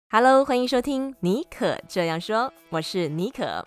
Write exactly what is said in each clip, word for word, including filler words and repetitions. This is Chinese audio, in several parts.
Hello， 欢迎收听妮可这样说，我是妮可。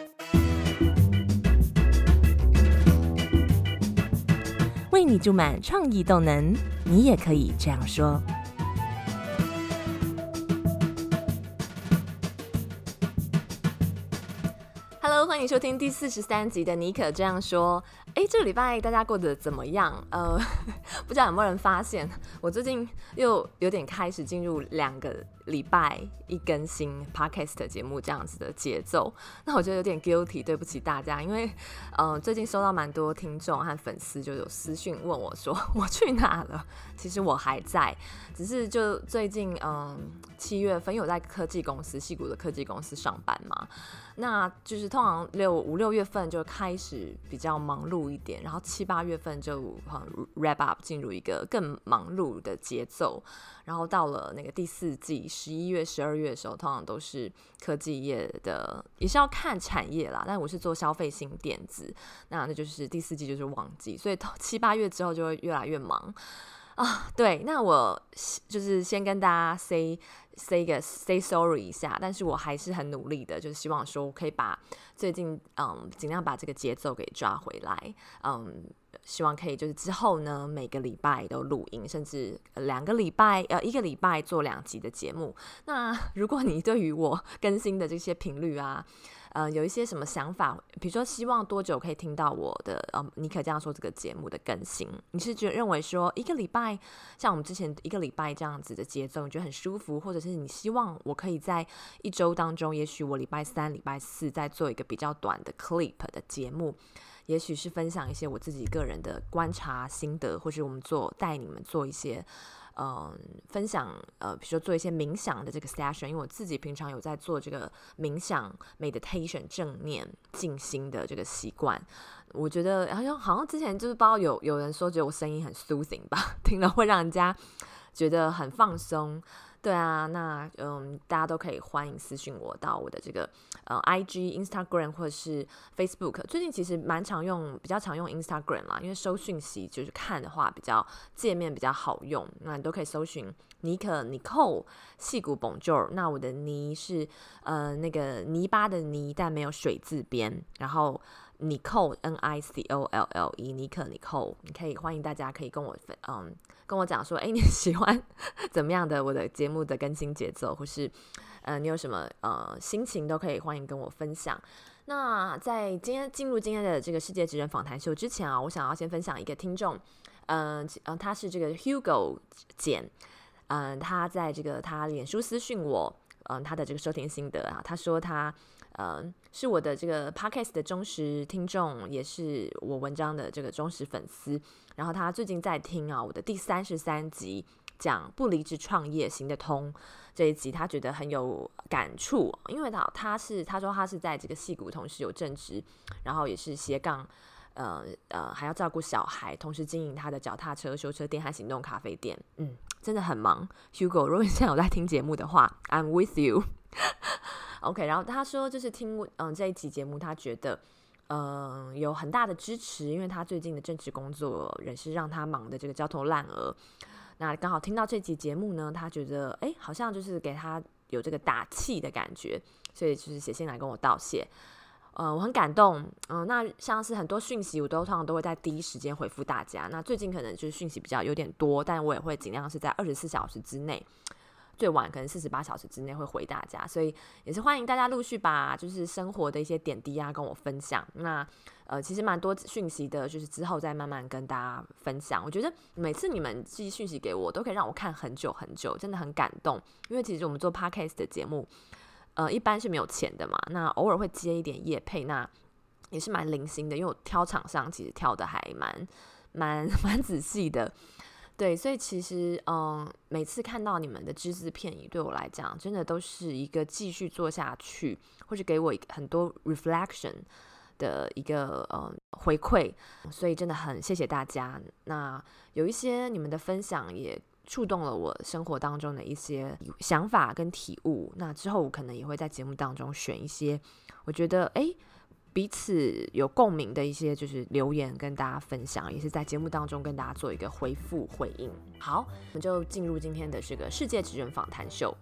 为你注满创意动能，你也可以这样说。Hello， 欢迎收听第四十三集的妮可这样说。哎，这个礼拜大家过得怎么样？呃，不知道有没有人发现，我最近又有点开始进入两个礼拜一更新 podcast 节目这样子的节奏。那我觉得有点 guilty， 对不起大家，因为呃最近收到蛮多听众和粉丝就有私讯问我说我去哪了？其实我还在，只是就最近嗯七月份有在科技公司矽谷的科技公司上班嘛。那就是通常六五六月份就开始比较忙碌一点，然后七八月份就 wrap up 进入一个更忙碌的节奏，然后到了那个第四季十一月十二月的时候，通常都是科技业的，也是要看产业啦，但我是做消费性电子，那那就是第四季就是旺季，所以七八月之后就会越来越忙啊。对，那我就是先跟大家 say say 个 say sorry 一下，但是我还是很努力的，就是希望说我可以把最近嗯尽量把这个节奏给抓回来，嗯，希望可以就是之后呢每个礼拜都录音，甚至两个礼拜呃一个礼拜做两集的节目。那如果你对于我更新的这些频率啊，呃，有一些什么想法，比如说希望多久可以听到我的呃，你可以这样说这个节目的更新？你是觉得认为说一个礼拜，像我们之前一个礼拜这样子的节奏，你觉得很舒服，或者是你希望我可以在一周当中，也许我礼拜三、礼拜四再做一个比较短的 clip 的节目，也许是分享一些我自己个人的观察心得，或是我们做带你们做一些。呃，分享呃，比如说做一些冥想的这个 session， 因为我自己平常有在做这个冥想 meditation 正念静心的这个习惯，我觉得好像好像之前就是不知道有有人说觉得我声音很 soothing 吧，听了会让人家觉得很放松。对啊，那嗯，大家都可以欢迎私讯我到我的这个呃 I G、Instagram 或者是 Facebook。最近其实蛮常用，比较常用 Instagram 啦，因为收讯息就是看的话比较界面比较好用。那你都可以搜寻妮可 Nicole 矽谷 Bonjour。那我的泥是呃那个泥巴的泥，但没有水字边，然后。Nicole N I C O L L E 妮可 Nicole， 你可以欢迎大家可以跟我嗯跟我讲说，哎，你喜欢怎么样的我的节目的更新节奏，或是呃你有什么呃心情都可以欢迎跟我分享。那在今天进入今天的这个世界职人访谈秀之前啊，我想要先分享一个听众，嗯、呃、他是这个 Hugo 简，嗯、呃、他在这个他脸书私讯我，嗯、呃、他的这个收听心得啊，他说他。呃，是我的这个 podcast 的忠实听众，也是我文章的这个忠实粉丝。然后他最近在听啊，我的第三十三集讲不离职创业行得通这一集，他觉得很有感触，因为他他是他说他是在这个矽谷同时有正职，然后也是斜杠。呃呃，还要照顾小孩，同时经营他的脚踏车修车店和行动咖啡店，嗯，真的很忙。Hugo， 如果你现在有在听节目的话 ，I'm with you 。OK， 然后他说就是听嗯这一集节目，他觉得嗯、呃、有很大的支持，因为他最近的正职工作也是让他忙的这个焦头烂额。那刚好听到这集节目呢，他觉得哎好像就是给他有这个打气的感觉，所以就是写信来跟我道谢。呃，我很感动。嗯、呃，那像是很多讯息，我都通常都会在第一时间回复大家。那最近可能就是讯息比较有点多，但我也会尽量是在二十四小时之内。最晚可能四十八小时之内会回大家，所以也是欢迎大家陆续把就是生活的一些点滴啊跟我分享。那呃其实蛮多讯息的，就是之后再慢慢跟大家分享。我觉得每次你们寄讯息给我，都可以让我看很久很久，真的很感动。因为其实我们做 podcast 的节目，呃一般是没有钱的嘛，那偶尔会接一点业配，那也是蛮零星的，因为我挑厂商其实挑的还蛮蛮蛮仔细的。对，所以其实嗯，每次看到你们的只字片语，对我来讲，真的都是一个继续做下去，或者给我很多 reflection 的一个呃回馈，所以真的很谢谢大家。那有一些你们的分享也触动了我生活当中的一些想法跟体悟，那之后我可能也会在节目当中选一些，我觉得哎。 彼此有共鸣的一些就是留言跟大家分享，也是在节目当中跟大家做一个回复回应。好，我们就进入今天的这个世界职人访谈秀。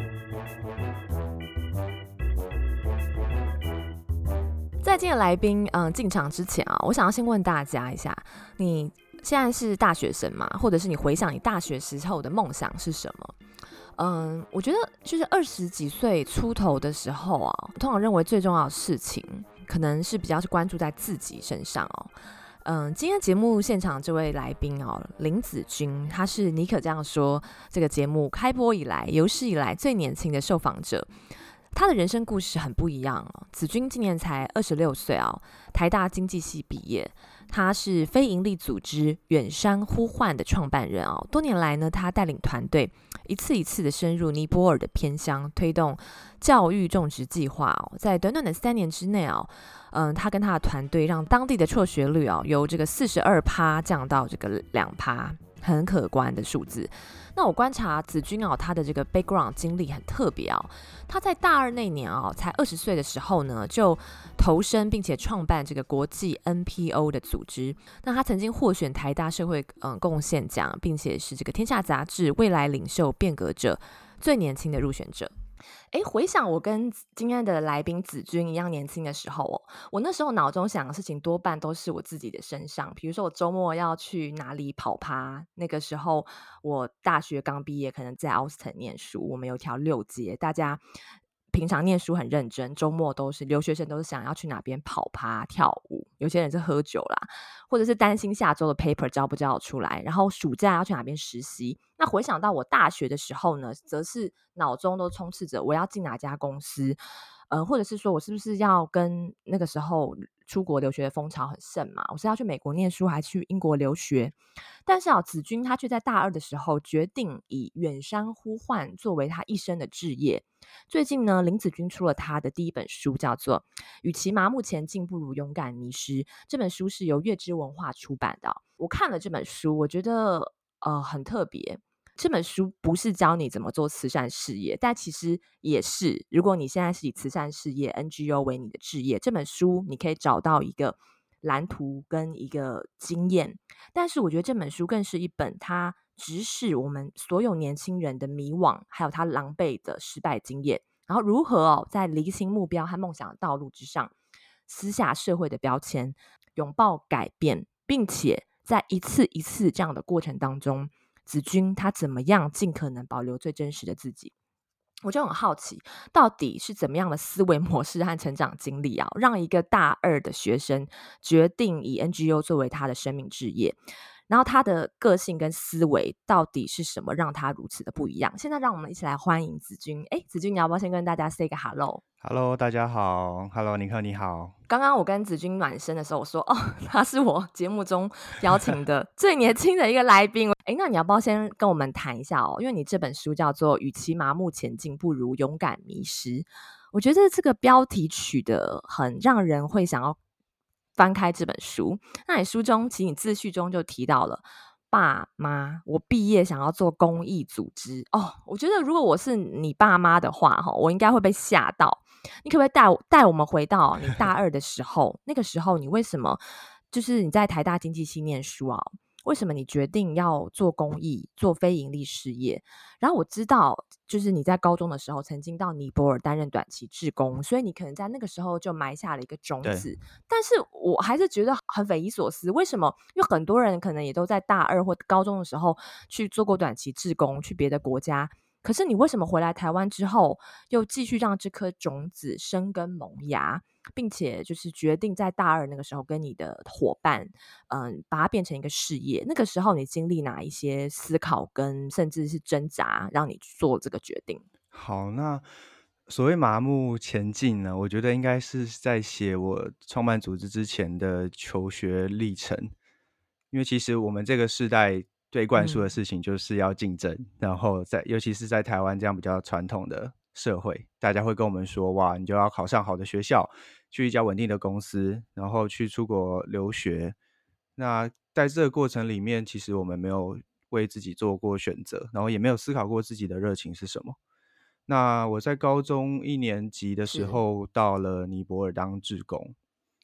在今天的来宾嗯进场之前啊，我想要先问大家一下，你现在是大学生吗？或者是你回想你大学时候的梦想是什么？嗯，我觉得就是二十几岁出头的时候啊，我通常认为最重要的事情，可能是比较是关注在自己身上哦。嗯，今天节目现场这位来宾哦，林子君，他是尼可这样说这个节目开播以来有史以来最年轻的受访者。他的人生故事很不一样哦。子君今年才二十六岁哦，台大经济系毕业。他是非营利组织远山呼唤的创办人哦。多年来呢，他带领团队一次一次的深入尼泊尔的偏乡，推动教育种植计划哦。在短短的三年之内哦，嗯，他跟他的团队让当地的辍学率哦由这个四十二趴降到这个两趴。很可观的数字。那我观察子君哦，他的这个 background 经历很特别哦。他在大二那年哦，才二十岁的时候呢，就投身并且创办这个国际 N P O 的组织。那他曾经获选台大社会嗯贡献奖，并且是这个天下杂志未来领袖变革者最年轻的入选者。哎，回想我跟今天的来宾子君一样年轻的时候哦，我那时候脑中想的事情多半都是我自己的身上，比如说我周末要去哪里跑趴，那个时候我大学刚毕业，可能在奥斯汀念书，我们有条六街，大家平常念书很认真，周末都是留学生都是想要去哪边跑趴跳舞，有些人是喝酒啦，或者是担心下周的 paper 交不交得出来，然后暑假要去哪边实习。那回想到我大学的时候呢，则是脑中都充斥着我要进哪家公司，呃，或者是说我是不是要跟那个时候出国留学的风潮很盛嘛，我是要去美国念书还去英国留学。但是啊，子君他却在大二的时候决定以远山呼唤作为他一生的志业。最近呢，林子君出了他的第一本书，叫做《与其麻木前进，不如勇敢迷失》。这本书是由月之文化出版的。我看了这本书，我觉得呃很特别。这本书不是教你怎么做慈善事业，但其实也是，如果你现在是以慈善事业 N G O 为你的志业，这本书你可以找到一个蓝图跟一个经验。但是我觉得这本书更是一本它直视我们所有年轻人的迷惘，还有他狼狈的失败经验，然后如何哦在厘清目标和梦想的道路之上撕下社会的标签，拥抱改变，并且在一次一次这样的过程当中，子君他怎么样尽可能保留最真实的自己。我就很好奇，到底是怎么样的思维模式和成长经历啊，让一个大二的学生决定以 N G O 作为他的生命志业，然后他的个性跟思维到底是什么让他如此的不一样。现在让我们一起来欢迎子君。哎，子君你要不要先跟大家 say 个 hello？ Hello， 大家好。Hello， 尼克你好。 刚刚我跟子君暖身的时候，我说哦，他是我节目中邀请的最年轻的一个来宾。哎，那你要不要先跟我们谈一下哦？因为你这本书叫做《与其麻木前进，不如勇敢迷失》。我觉得这个标题取得很让人会想要翻开这本书。那你书中，其实你自序中就提到了爸妈，我毕业想要做公益组织哦。我觉得如果我是你爸妈的话，我应该会被吓到。你可不可以带带我们回到你大二的时候？那个时候你为什么就是你在台大经济系念书啊？为什么你决定要做公益、做非营利事业？然后我知道，就是你在高中的时候曾经到尼泊尔担任短期志工，所以你可能在那个时候就埋下了一个种子。但是我还是觉得很匪夷所思，为什么？因为很多人可能也都在大二或高中的时候去做过短期志工，去别的国家。可是你为什么回来台湾之后，又继续让这颗种子生根萌芽，并且就是决定在大二那个时候跟你的伙伴，嗯，把它变成一个事业？那个时候你经历哪一些思考跟甚至是挣扎，让你做这个决定？ 好，那所谓麻木前进呢，我觉得应该是在写我创办组织之前的求学历程。因为其实我们这个世代最灌输的事情就是要竞争，嗯、然后在尤其是在台湾这样比较传统的社会，大家会跟我们说，哇，你就要考上好的学校，去一家稳定的公司，然后去出国留学。那在这个过程里面，其实我们没有为自己做过选择，然后也没有思考过自己的热情是什么。那我在高中一年级的时候到了尼泊尔当志工。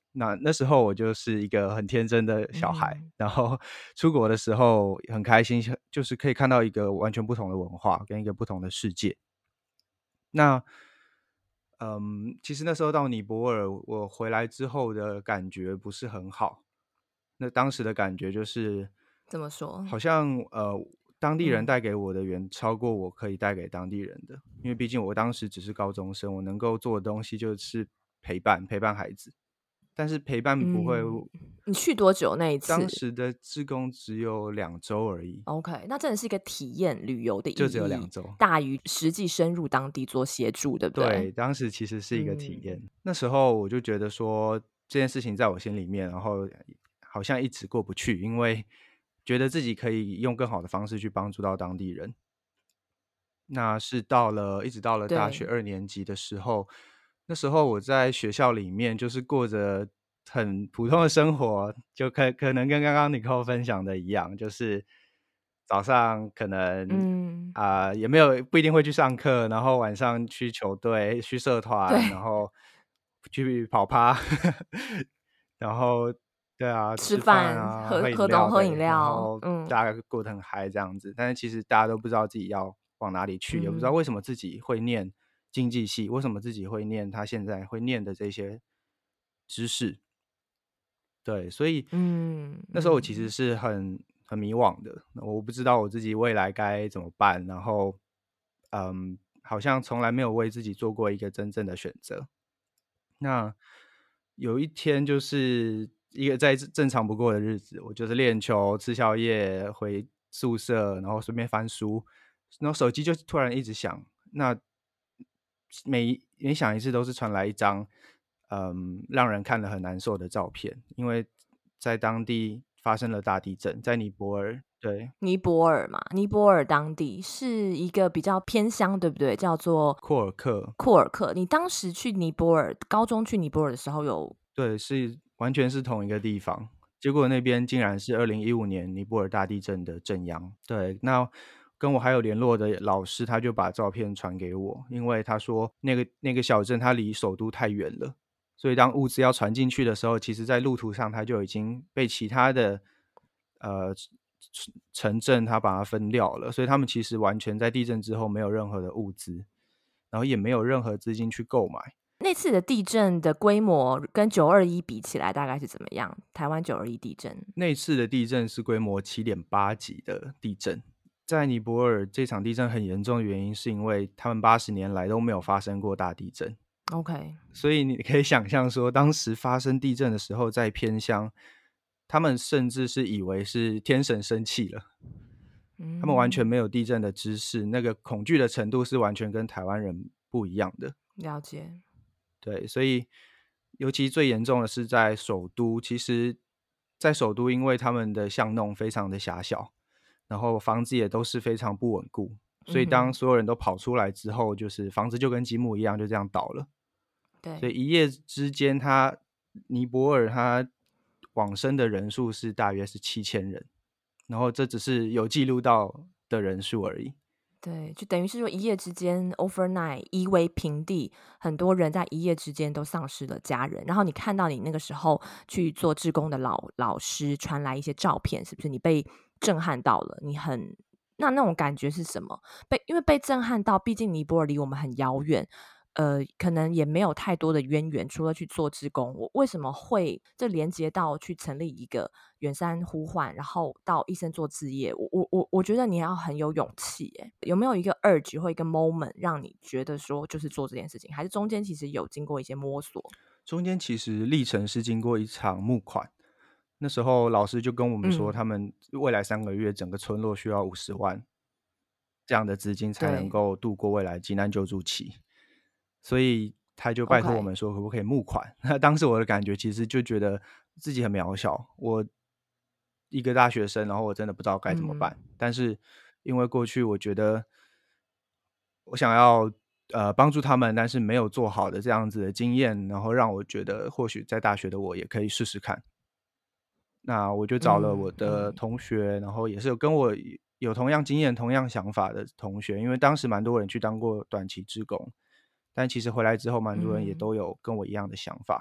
那那时候我就是一个很天真的小孩， 嗯然后出国的时候很开心，就是可以看到一个完全不同的文化跟一个不同的世界。那嗯，其实那时候到尼泊尔，我回来之后的感觉不是很好。那当时的感觉就是， 怎么说？ 好像呃，当地人嗯带给我的远超过我可以带给当地人的。因为毕竟我当时只是高中生，我能够做的东西就是陪伴陪伴孩子，但是陪伴不会， 嗯，你去多久那一次当时的志工只有两周而已， ？OK，那真的是一个体验旅游的意就只有两义， 周。 大于实际深入当地做协助，对不对？ 对，当时其实是一个体验。 嗯那时候我就觉得说这件事情在我心里面，然后好像一直过不去，因为觉得自己可以用更好的方式去帮助到当地人。那是到了一直到了大学对， 二年级的时候，那时候我在学校里面就是过着很普通的生活，就可可能跟刚刚 Nicole 分享的一样，就是早上可能嗯， 啊、也没有不一定会去上课，然后晚上去球队、去社团，然对， 后去跑趴，然后对啊， 吃吃饭饭、 啊， 喝喝饮料， 喝东喝饮对，然料， 后嗯大家过得很嗨这样子。但是其实大家都不知道自己要往哪里去，也不知道嗯为什么自己会念经济系，为什么自己会念他现在会念的这些知识。对，所以嗯那时候我其实嗯， 是很很迷惘的，我不知道我自己未来该怎么办，然后嗯，好像从来没有为自己做过一个真正的选择。那有一天就是一个再正常不过的日子，我就是练球、吃宵夜、回宿舍，然后顺便翻书，然后手机就突然一直响。那每一每响一次都是传来一张，嗯，让人看了很难受的照片，因为在当地发生了大地震，在尼泊尔，对， 尼泊尔嘛，尼泊尔当地是一个比较偏乡，对不对？叫做库尔克， 库尔克。你当时去尼泊尔，高中去尼泊尔的时候有对，是完全是同一个地方。结果那边竟然是二零一五年尼泊尔大地震的震央。对，那跟我还有联络的老师，他就把照片传给我，因为他说那个那个小镇它离首都太远了，所以当物资要传进去的时候，其实在路途上它就已经被其他的呃城城镇它把它分掉了，所以他们其实完全在地震之后没有任何的物资，然后也没有任何资金去购买。 那次的地震的规模跟九二一比起来，大概是怎么样？台湾九二一地震那次的地震是规模七点八级的地震，在尼泊尔这场地震很严重的原因，是因为他们八十年来都没有发生过大地震， ，OK， 所以你可以想象说，当时发生地震的时候，在偏乡，他们甚至是以为是天神生气了，他们完全嗯， 没有地震的知识，那个恐惧的程度是完全跟台湾人不一样的。 了解， 对，所以尤其最严重的是在首都，其实在首都，因为他们的巷弄非常的狭小，然后房子也都是非常不稳固，所以当嗯哼， 所有人都跑出来之后，就是房子就跟积木一样，就这样倒了。所以对， 一夜之间他，尼泊尔他往生的人数是大约是七千人，然后这只是有记录到的人数而已。 对，就等于是说一夜之间 overnight 夷为平地，很多人在一夜之间都丧失了家人。然后你看到你那个时候去做志工的老老师传来一些照片，是不是你被震撼到了？你很那那种感觉是什么？被因为被震撼到，毕竟尼泊尔离我们很遥远，呃，可能也没有太多的渊源，除了去做志工，我为什么会这连接到去成立一个远山呼唤，然后到一生做志业？我我我我觉得你要很有勇气，耶，有没有一个 urge 或一个 moment 让你觉得说就是做这件事情，还是中间其实有经过一些摸索？ 中间其实历程是经过一场募款，那时候老师就跟我们说，他嗯， 们未来三个月整个村落需要五十万这样的资金才能对够度过未来急难救助期，所以他就拜托我 ，OK， 们说可不可以募款。那当时我的感觉其实就觉得自己很渺小，我一个大学生，然后我真的不知道该怎么嗯办。但是因为过去我觉得我想要呃帮助他们，但是没有做好的这样子的经验，然后让我觉得或许在大学的我也可以试试看。那我就找了我的嗯嗯同学，然后也是有跟我有同样经验、同样想法的同学，因为当时蛮多人去当过短期志工，但其实回来之后，蛮多人也嗯都有跟我一样的想法。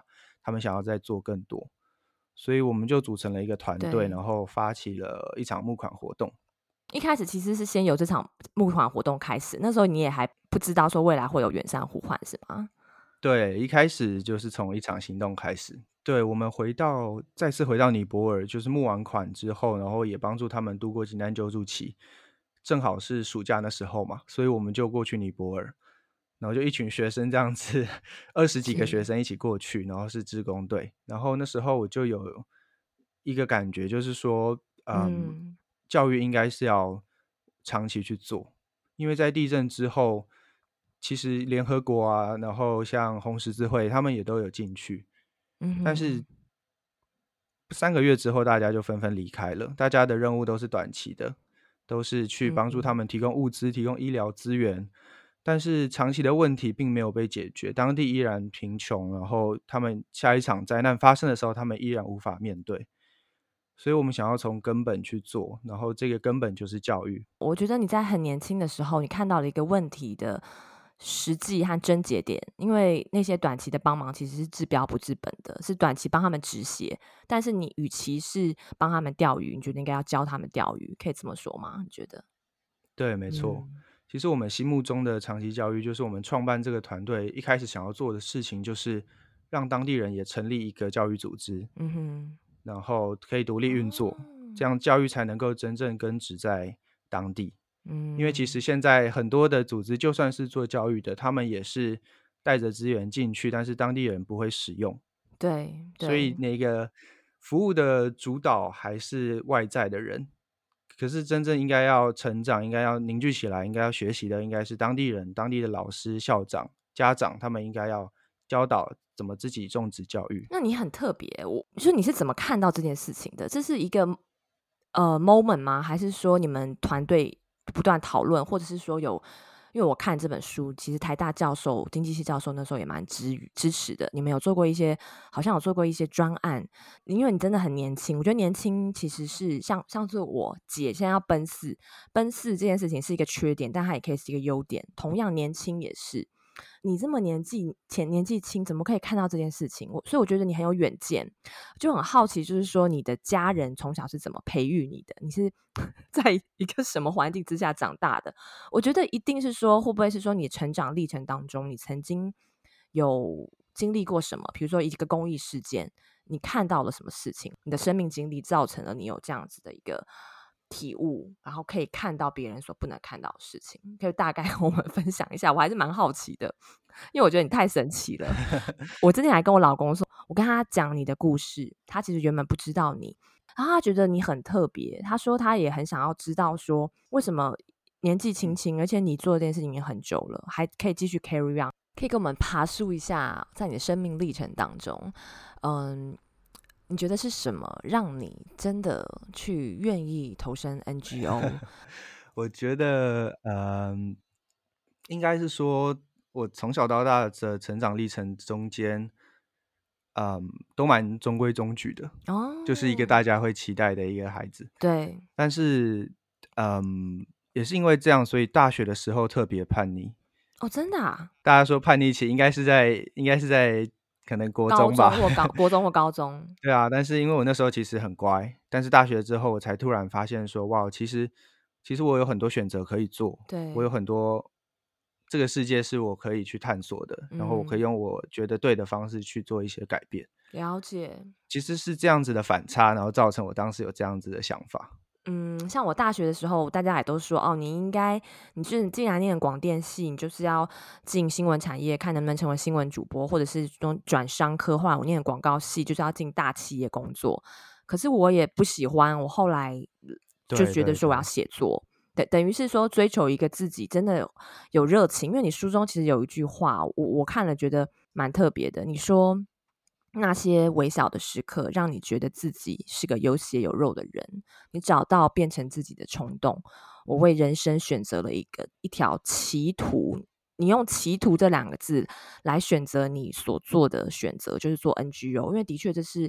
他们想要再做更多，所以我们就组成了一个团队， 对， 然后发起了一场募款活动。 一开始其实是先由这场募款活动开始，那时候你也还不知道说未来会有远山呼唤是吗？ 对，一开始就是从一场行动开始。对，我们回到再次回到尼泊尔，就是募完款之后，然后也帮助他们度过急难救助期，正好是暑假那时候嘛，所以我们就过去尼泊尔，然后就一群学生这样子，二十几个学是， 生一起过去，然后是志工队，然后那时候我就有一个感觉，就是说，嗯， 嗯教育应该是要长期去做，因为在地震之后，其实联合国啊，然后像红十字会，他们也都有进去， 嗯但是哼三个月之后，大家就纷纷离开了。大家的任务都是短期的，都是去帮助他嗯， 们提供物资、提供医疗资源，但是长期的问题并没有被解决，当地依然贫穷，然后他们下一场灾难发生的时候，他们依然无法面对。所以我们想要从根本去做，然后这个根本就是教育。 我觉得你在很年轻的时候，你看到了一个问题的实际和症结点，因为那些短期的帮忙其实是治标不治本的，是短期帮他们止血，但是你与其是帮他们钓鱼，你觉得应该要教他们钓鱼，可以这么说吗？你觉得？ 对，没错。 嗯其实我们心目中的长期教育，就是我们创办这个团队一开始想要做的事情，就是让当地人也成立一个教育组织， 嗯哼， 然后可以独立运作， 哦， 这样教育才能够真正根植在当地。因为其实嗯， 现在很多的组织，就算是做教育的，他们也是带着资源进去，但是当地人不会使用， 对所以对。 那个服务的主导还是外在的人。可是真正应该要成长、应该要凝聚起来、应该要学习的，应该是当地人、当地的老师、校长、家长，他们应该要教导怎么自己种植教育。 那你很特别，我说你是怎么看到这件事情的？这是一个呃 moment 吗？还是说你们团队不断讨论，或者是说有？因为我看这本书，其实台大教授、经济系教授那时候也蛮支持支持的。你们有做过一些，好像有做过一些专案，因为你真的很年轻。我觉得年轻其实是像像是我姐现在要奔四，奔四这件事情是一个缺点，但它也可以是一个优点。同样年轻也是，你这么年纪前年纪轻，怎么可以看到这件事情？我所以我觉得你很有远见，就很好奇，就是说你的家人从小是怎么培育你的？你是在一个什么环境之下长大的？我觉得一定是说，会不会是说你成长历程当中，你曾经有经历过什么？比如说一个公益事件，你看到了什么事情？你的生命经历造成了你有这样子的一个体悟，然后可以看到别人所不能看到的事情，可以大概跟我们分享一下。我还是蛮好奇的，因为我觉得你太神奇了。我之前还跟我老公说，我跟他讲你的故事，他其实原本不知道你，然后他觉得你很特别，他说他也很想要知道说为什么年纪轻轻，而且你做这件事情也很久了，还可以继续 carry on，可以跟我们爬述一下，在你的生命历程当中，嗯，你觉得是什么让你真的去愿意投身 N G O？ 我觉得，嗯，应该是说，我从小到大的成长历程中间，嗯，都蛮中规中矩的，就是一个哦， 大家会期待的一个孩子。 对， 但是，嗯，也是因为这样，所以大学的时候特别叛逆。 哦，真的啊， 大家说叛逆期应该是在应该是在可能国高中吧。 中或高国中或高中， 对啊，但是因为我那时候其实很乖，但是大学之后我才突然发现说，哇，其实其实我有很多选择可以做，我有对， 很多这个世界是我可以去探索的，然后我可以嗯， 用我觉得对的方式去做一些改变。 了解。 其实是这样子的反差，然后造成我当时有这样子的想法。 嗯，像我大学的时候，大家也都说，哦，你应该，你是既然念广电系，你就是要进新闻产业，看能不能成为新闻主播，或者是说转商科。后来我念广告系，就是要进大企业工作。可是我也不喜欢，我后来呃就对觉得说我要对对。 写作，等等于是说追求一个自己真的有有热情。因为你书中其实有一句话，我我看了觉得蛮特别的，你说。那些微小的时刻，让你觉得自己是个有血有肉的人，你找到变成自己的冲动。我为人生选择了一个一条歧途，你用歧途这两个字来选择你所做的选择，就是做 N G O，因为的确这是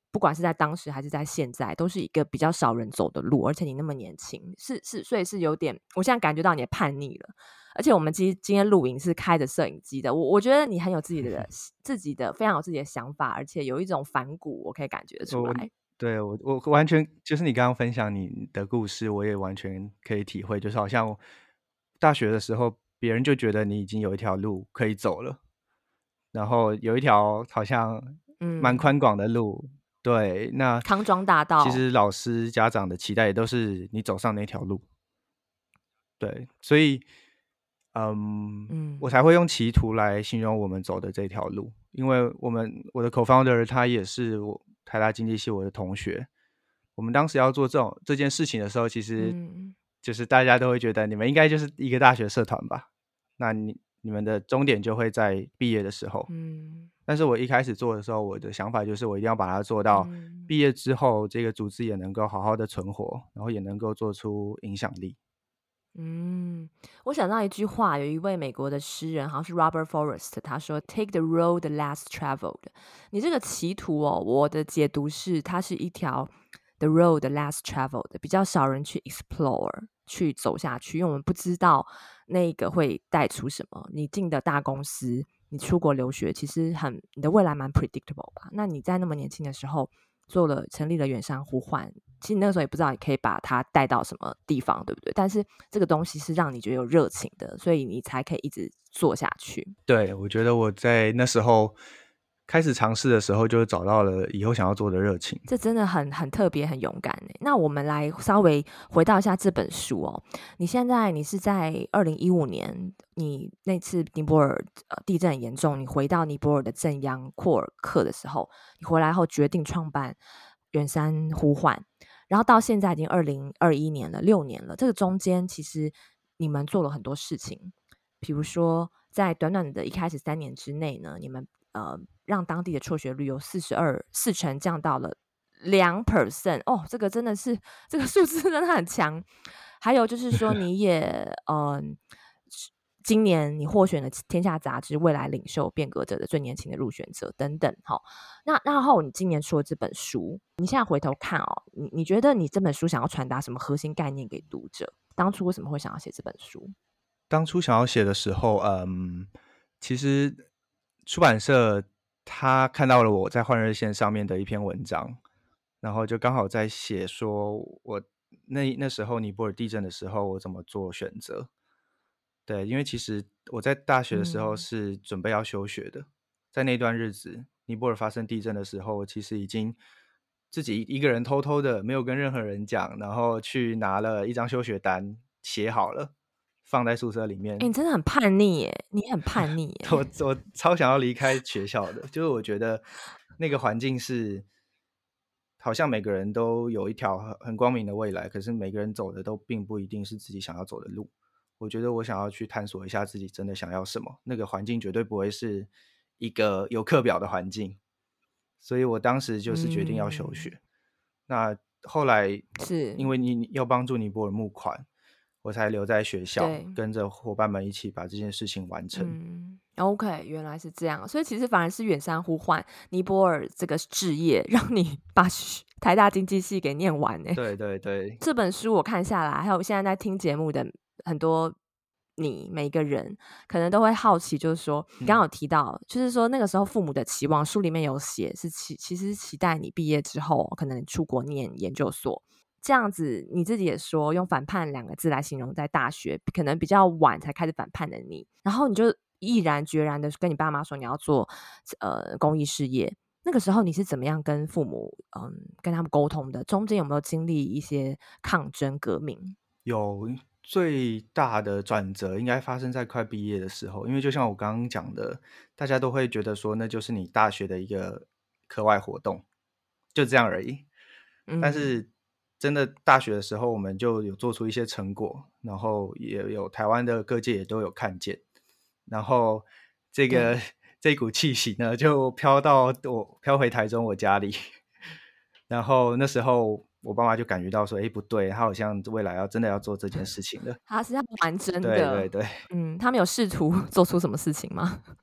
不管是在当时还是在现在，都是一个比较少人走的路，而且你那么年轻，是是，所以是有点，我现在感觉到你的叛逆了。而且我们其实今天录影是开着摄影机的，我我觉得你很有自己的自己的非常有自己的想法，而且有一种反骨，我可以感觉得出我来。 对我我完全就是你刚刚分享你的故事，我也完全可以体会，就是好像大学的时候，别人就觉得你已经有一条路可以走了，然后有一条好像蛮宽嗯， 广的路，对，那康庄大道。 其实老师家长的期待也都是你走上那条路，对，所以嗯，我才嗯会用歧途来形容我们走的这条路，因为我们我的 co-founder 他也是我台大经济系我的同学，我们当时要做这种这件事情的时候，其实嗯就是大家都会觉得你们应该就是一个大学社团吧，那你你们的终点就会在毕业的时候。 嗯但是我一开始做的时候，我的想法就是我一定要把它做到嗯。 毕业之后，这个组织也能够好好的存活，然后也能够做出影响力。 嗯，我想到一句话，有一位美国的诗人，好像是 Robert Forrest，他说 "Take the road less traveled"。你这个歧途哦，我的解读是，它是一条 the road less traveled，比较少人去 explore 去走下去，因为我们不知道那个会带出什么。你进的大公司，你出国留学，其实很你的未来蛮 predictable 吧？那你在那么年轻的时候做了成立了远山呼唤，其实你那个时候也不知道你可以把它带到什么地方，对不对？但是这个东西是让你觉得有热情的，所以你才可以一直做下去。 对，我觉得我在那时候开始尝试的时候，就找到了以后想要做的热情。 这真的很很特别，很勇敢欸。那我们来稍微回到一下这本书哦。你现在你是在二零一五年，你那次尼泊尔呃地震很严重，你回到尼泊尔的正央库尔克的时候，你回来后决定创办远山呼唤，然后到现在已经二零二一年了，六年了。这个中间其实你们做了很多事情，比如说在短短的一开始三年之内呢，你们呃让当地的辍学率由四十二四成降到了两 percent 哦，这个真的是这个数字真的很强。还有就是说，你也嗯、呃，今年你获选了《天下》杂志未来领袖变革者的最年轻的入选者等等。哈，那然后你今年出了这本书，你现在回头看哦，你你觉得你这本书想要传达什么核心概念给读者？当初为什么会想要写这本书？ 当初想要写的时候，嗯，其实出版社他看到了我在换日线上面的一篇文章，然后就刚好在写说我那那时候尼泊尔地震的时候我怎么做选择。对，因为其实我在大学的时候嗯是准备要休学的，在那段日子，尼泊尔发生地震的时候，我其实已经自己一个人偷偷的，没有跟任何人讲，然后去拿了一张休学单，写好了，放在宿舍里哎、 面。 你真的很叛逆耶！你很叛逆我耶！ 我超想要离开学校的，就是我觉得那个环境是，好像每个人都有一条很很光明的未来，可是每个人走的都并不一定是自己想要走的路。我觉得我想要去探索一下自己真的想要什么，那个环境绝对不会是一个有课表的环境，所以我当时就是决定要休嗯， 学。那后来因是， 为你要帮助尼泊尔募款，我才留在学校， 对。 跟着伙伴们一起把这件事情完成。 嗯，OK，原来是这样，所以其实反而是远山呼唤尼泊尔这个置业，让你把学台大经济系给念完呢。 对对对， 这本书我看下来，还有现在在听节目的很多你每一个人，可能都会好奇，就是说你刚刚嗯。 有提到，就是说那个时候父母的期望，书里面有写是期其实是期待你毕业之后可能出国念研究所。这样子，你自己也说用反叛两个字来形容，在大学可能比较晚才开始反叛的你，然后你就毅然决然的跟你爸妈说你要做呃公益事业。那个时候你是怎么样跟父母嗯跟他们沟通的？中间有没有经历一些抗争革命？ 有最大的转折应该发生在快毕业的时候，因为就像我刚刚讲的，大家都会觉得说那就是你大学的一个课外活动，就这样而已。但嗯， 是真的大学的时候，我们就有做出一些成果，然后也有台湾的各界也都有看见，然后这个对。 这股气息呢，就飘到我飘回台中我家里，然后那时候我爸妈就感觉到说，哎，不对，他好像未来要真的要做这件事情了。 他是要玩真的。 对对对， 嗯，他们有试图做出什么事情吗？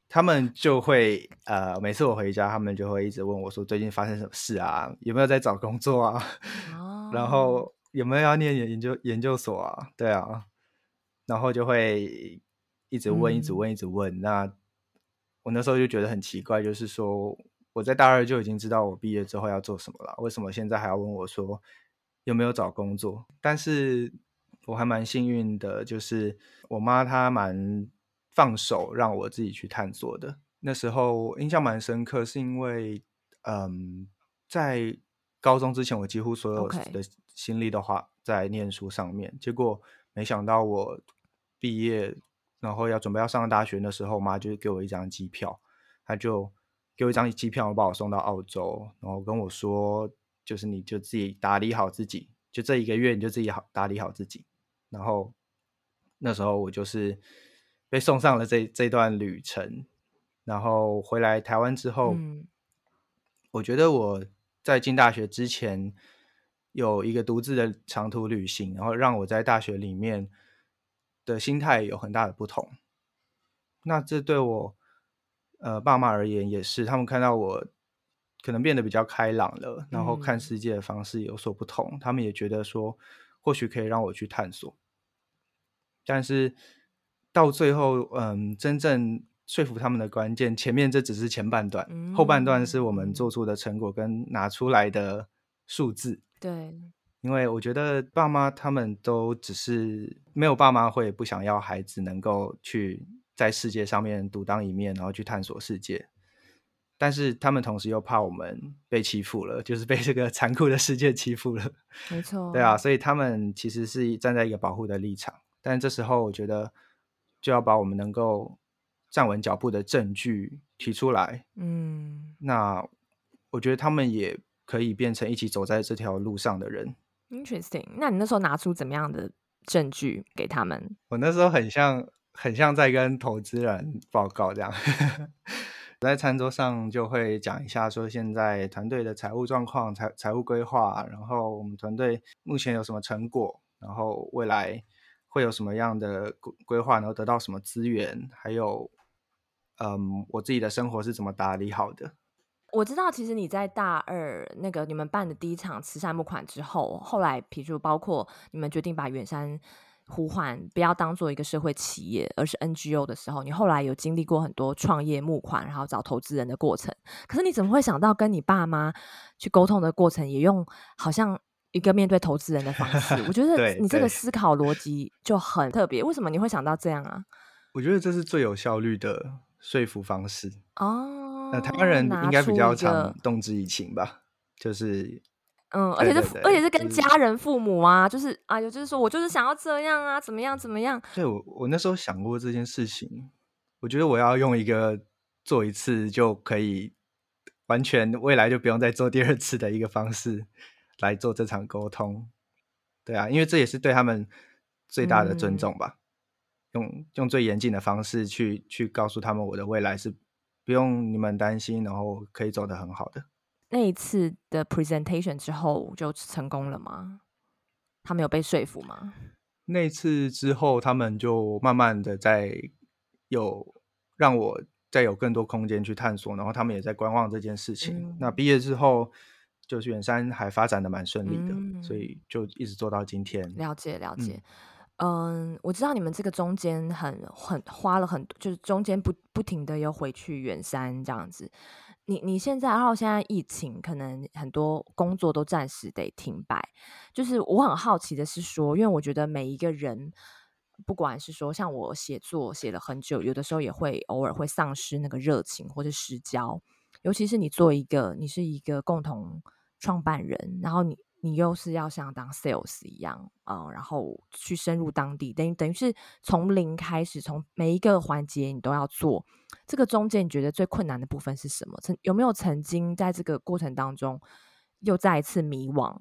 他们就会呃，每次我回家，他们就会一直问我说最近发生什么事啊，有没有在找工作啊，然哦， 后有没有要念研究研究所啊，对啊，然后就会一直问，一直嗯问，一直问。那我那时候就觉得很奇怪，就是说我在大二就已经知道我毕业之后要做什么了，为什么现在还要问我说有没有找工作？但是我还蛮幸运的，就是我妈她蛮放手让我自己去探索的。那时候印象蛮深刻，是因为嗯，在高中之前，我几乎所有 ，OK， 的心力都花在念书上面，结果没想到我毕业，然后要准备要上大学的时候，我妈就给我一张机票，她就给我一张机票，把我送到澳洲，然后跟我说，就是你就自己打理好自己，就这一个月你就自己好打理好自己。然后那时候我就是被送上了这这段旅程，然后回来台湾之后， 嗯我觉得我在进大学之前有一个独自的长途旅行，然后让我在大学里面的心态有很大的不同。那这对我呃爸妈而言也是，他们看到我可能变得比较开朗了，然后看嗯世界的方式有所不同，他们也觉得说或许可以让我去探索。但是到最后，嗯，真正说服他们的关键，前面这只是前半段，后半段是我们做嗯嗯， 出的成果跟拿出来的数字。 对， 因为我觉得爸妈他们都只是没有爸妈会不想要孩子能够去在世界上面独当一面，然后去探索世界。但是他们同时又怕我们被欺负了，就是被这个残酷的世界欺负了。 没对啊， 错， 所以他们其实是站在一个保护的立场，但这时候我觉得就要把我们能够站稳脚步的证据提出来。 嗯那我觉得他们也可以变成一起走在这条路上的人。 ，interesting。那你那时候拿出怎么样的证据给他们？ 我那时候很像很像在跟投资人报告这样，在餐桌上就会讲一下说现在团队的财务状况、财财务规划，然后我们团队目前有什么成果，然后未来会有什么样的规规划，然后得到什么资源，还有嗯我自己的生活是怎么打理好的。 我知道，其实你在大二那个你们办的第一场慈善募款之后，后来比如包括你们决定把远山呼唤不要当做一个社会企业，而是 N G O 的时候，你后来有经历过很多创业募款，然后找投资人的过程。可是你怎么会想到跟你爸妈去沟通的过程，也用好像一个面对投资人的方式？我觉得你这个对对， 思考逻辑就很特别。为什么你会想到这样啊？ 我觉得这是最有效率的说服方式。呃，台湾哦， 人应该比拿出较常一个动之以情吧，就是嗯，而且是父而对对对， 且是跟就是家人、父母啊，就是哎呦，就是说我就是想要这样啊，怎么样怎么样。 对，我我那时候想过这件事情，我觉得我要用一个做一次就可以完全未来就不用再做第二次的一个方式来做这场沟通。对啊，因为这也是对他们最大的尊嗯， 重吧，用用最严谨的方式去去告诉他们我的未来是不用你们担心，然后可以走得很好的。 那一次的 presentation 之后就成功了吗？他们有被说服吗？ 那次之后，他们就慢慢的在有让我再有更多空间去探索，然后他们也在观望这件事情。那嗯毕业之后，就是远山还发展的蛮顺利的，所嗯。 以就一直做到今天。 了解了嗯， 解，嗯，我知道你们这个中间很很花了很多，就是中间不不停的又回去远山这样子。你你现在，然后现在疫情，可能很多工作都暂时得停摆。就是我很好奇的是说，因为我觉得每一个人，不管是说像我写作写了很久，有的时候也会偶尔会丧失那个热情或者失焦。尤其是你做一个，你是一个共同创办人，然后你你又是要像当 sales 一样，呃，然后去深入当地，等于等于是从零开始，从每一个环节你都要做。这个中间你觉得最困难的部分是什么？曾有没有曾经在这个过程当中又再一次迷惘，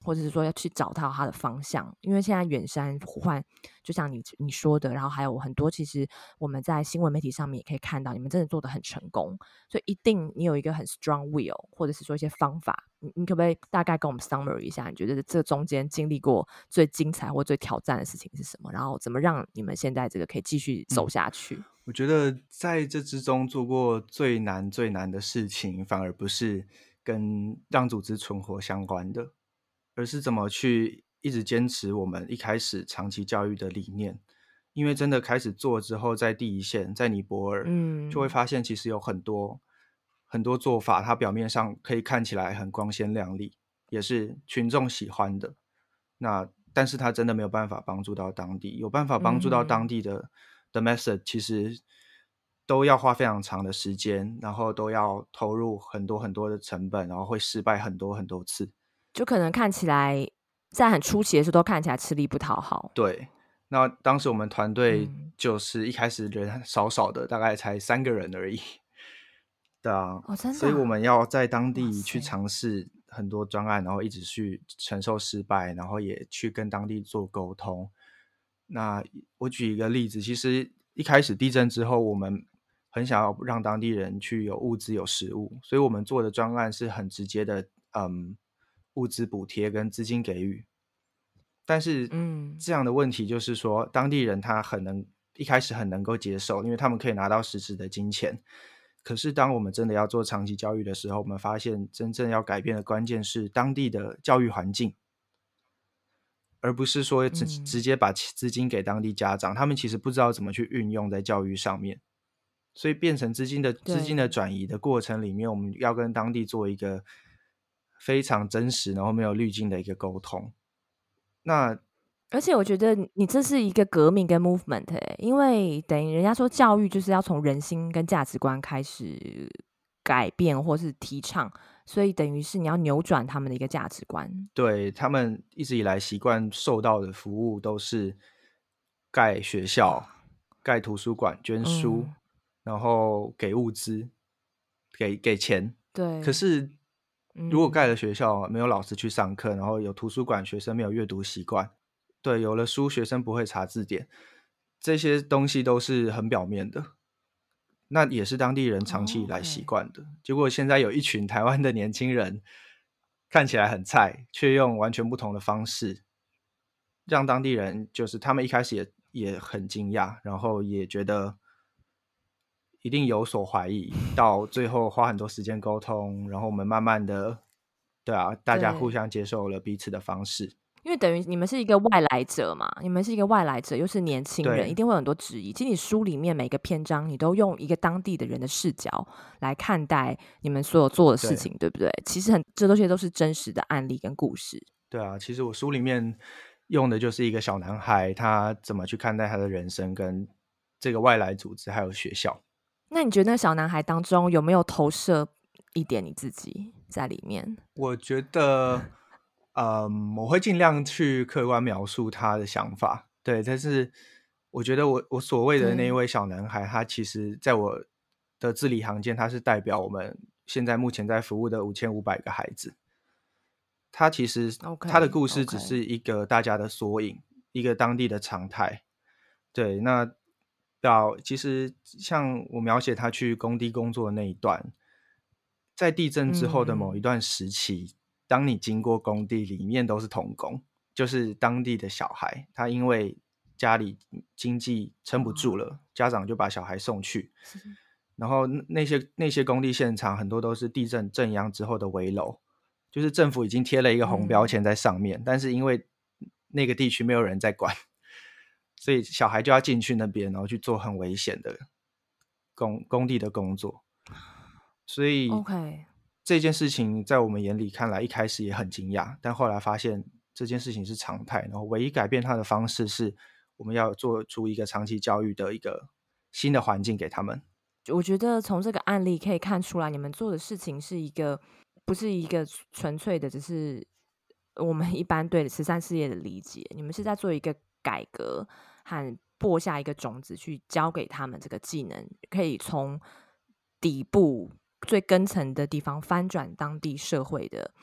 或者是说要去找到它的方向。因为现在远山呼唤就像你你说的，然后还有很多其实我们在新闻媒体上面也可以看到你们真的做得很成功，所以一定你有一个很 strong will 或者是说一些方法，你你可不可以大概跟我们 summary 一下，你觉得这中间经历过最精彩或最挑战的事情是什么，然后怎么让你们现在这个可以继续走下去？ 嗯，我觉得在这之中做过最难最难的事情反而不是跟让组织存活相关的，而是怎么去一直坚持我们一开始长期教育的理念。因为真的开始做之后，在第一线，在尼泊尔， 嗯， 就会发现其实有很多很多做法，它表面上可以看起来很光鲜亮丽，也是群众喜欢的。那但是它真的没有办法帮助到当地，有办法帮助到当地的、的 method， 其实都要花非常长的时间，然后都要投入很多很多的成本，然后会失败很多很多次。 就可能看起来在很初期的时候都看起来吃力不讨好。 对，那当时我们团队嗯， 就是一开始人少少的，大概才三个人而已。对啊， 哦，真的所以我啊？ 们要在当哇地去塞， 尝试很多专案，然后一直去承受失败，然后也去跟当地做沟通。那我举一个例子，其实一开始地震之后，我们很想要让当地人去有物资、有食物，所以我们做的专案是很直接的，嗯，物资补贴跟资金给予。但是嗯， 这样的问题就是说，当地人他很能一开始很能够接受，因为他们可以拿到实质的金钱。可是当我们真的要做长期教育的时候，我们发现真正要改变的关键是当地的教育环境，而不是说直嗯， 直接把资金给当地家长，他们其实不知道怎么去运用在教育上面。所以变成资金的资金的对。 转移的过程里面，我们要跟当地做一个非常真实，然后没有滤镜的一个沟通。那而且我觉得你这是一个革命跟 movement 欸，因为等于人家说教育就是要从人心跟价值观开始改变或是提倡，所以等于是你要扭转他们的一个价值观。 对，他们一直以来习惯受到的服务都是盖学校、盖图书馆、捐书， 嗯， 然后给物资、给给钱。可对， 是如果盖了嗯， 学校，没有老师去上课，然后有图书馆，学生没有阅读习惯，对，有了书，学生不会查字典，这些东西都是很表面的。那也是当地人长期以来习 ，OK， 惯的。结果现在有一群台湾的年轻人，看起来很菜，却用完全不同的方式，让当地人就是他们一开始也也很惊讶，然后也觉得一定有所怀疑，到最后花很多时间沟通，然后我们慢慢的，对啊，大家互对。 相接受了彼此的方式。 因为等于你们是一个外来者嘛，你们是一个外来者，又是年轻人，一对定会有很多质疑。其实你书里面每个篇章，你都用一个当地的人的视角来看待你们所有做的事对情，对不对？其实很这东西都是真实的案例跟故事。 对啊，其实我书里面用的就是一个小男孩，他怎么去看待他的人生，跟这个外来组织还有学校。 那你觉得那小男孩当中有没有投射一点你自己在里面？ 我觉得，嗯，我会尽量去客观描述他的想法，对。但是我觉得我我所谓的那一对位小男孩，他其实在我的字里行间，他是代表我们现在目前在服务的五千五百个孩子。他其实他的 ，OK 故事只 OK， 是一个大家的缩影，一个当地的常态。对，那到其实像我描写他去工地工作的那一段，在地震之后的某一嗯嗯， 段时期，当你经过工地，里面都是童工，就是当地的小孩，他因为家里经济撑不住哇， 了，家长就把小孩送去， 是然后那那些那些工地现场很多都是地震震央之后的危楼，就是政府已经贴了一个红标嗯， 签在上面，但是因为那个地区没有人在管，所以小孩就要进去那边，然后去做很危险的工工地的工作。所以 ，OK。 这件事情在我们眼里看来，一开始也很惊讶，但后来发现这件事情是常态，然后唯一改变它的方式是，我们要做出一个长期教育的一个新的环境给他们。 我觉得从这个案例可以看出来，你们做的事情是一个不是一个纯粹的，只是我们一般对慈善事业的理解。你们是在做一个改革和播下一个种子，去教给他们这个技能，可以从底部最根层的地方翻转当地社会的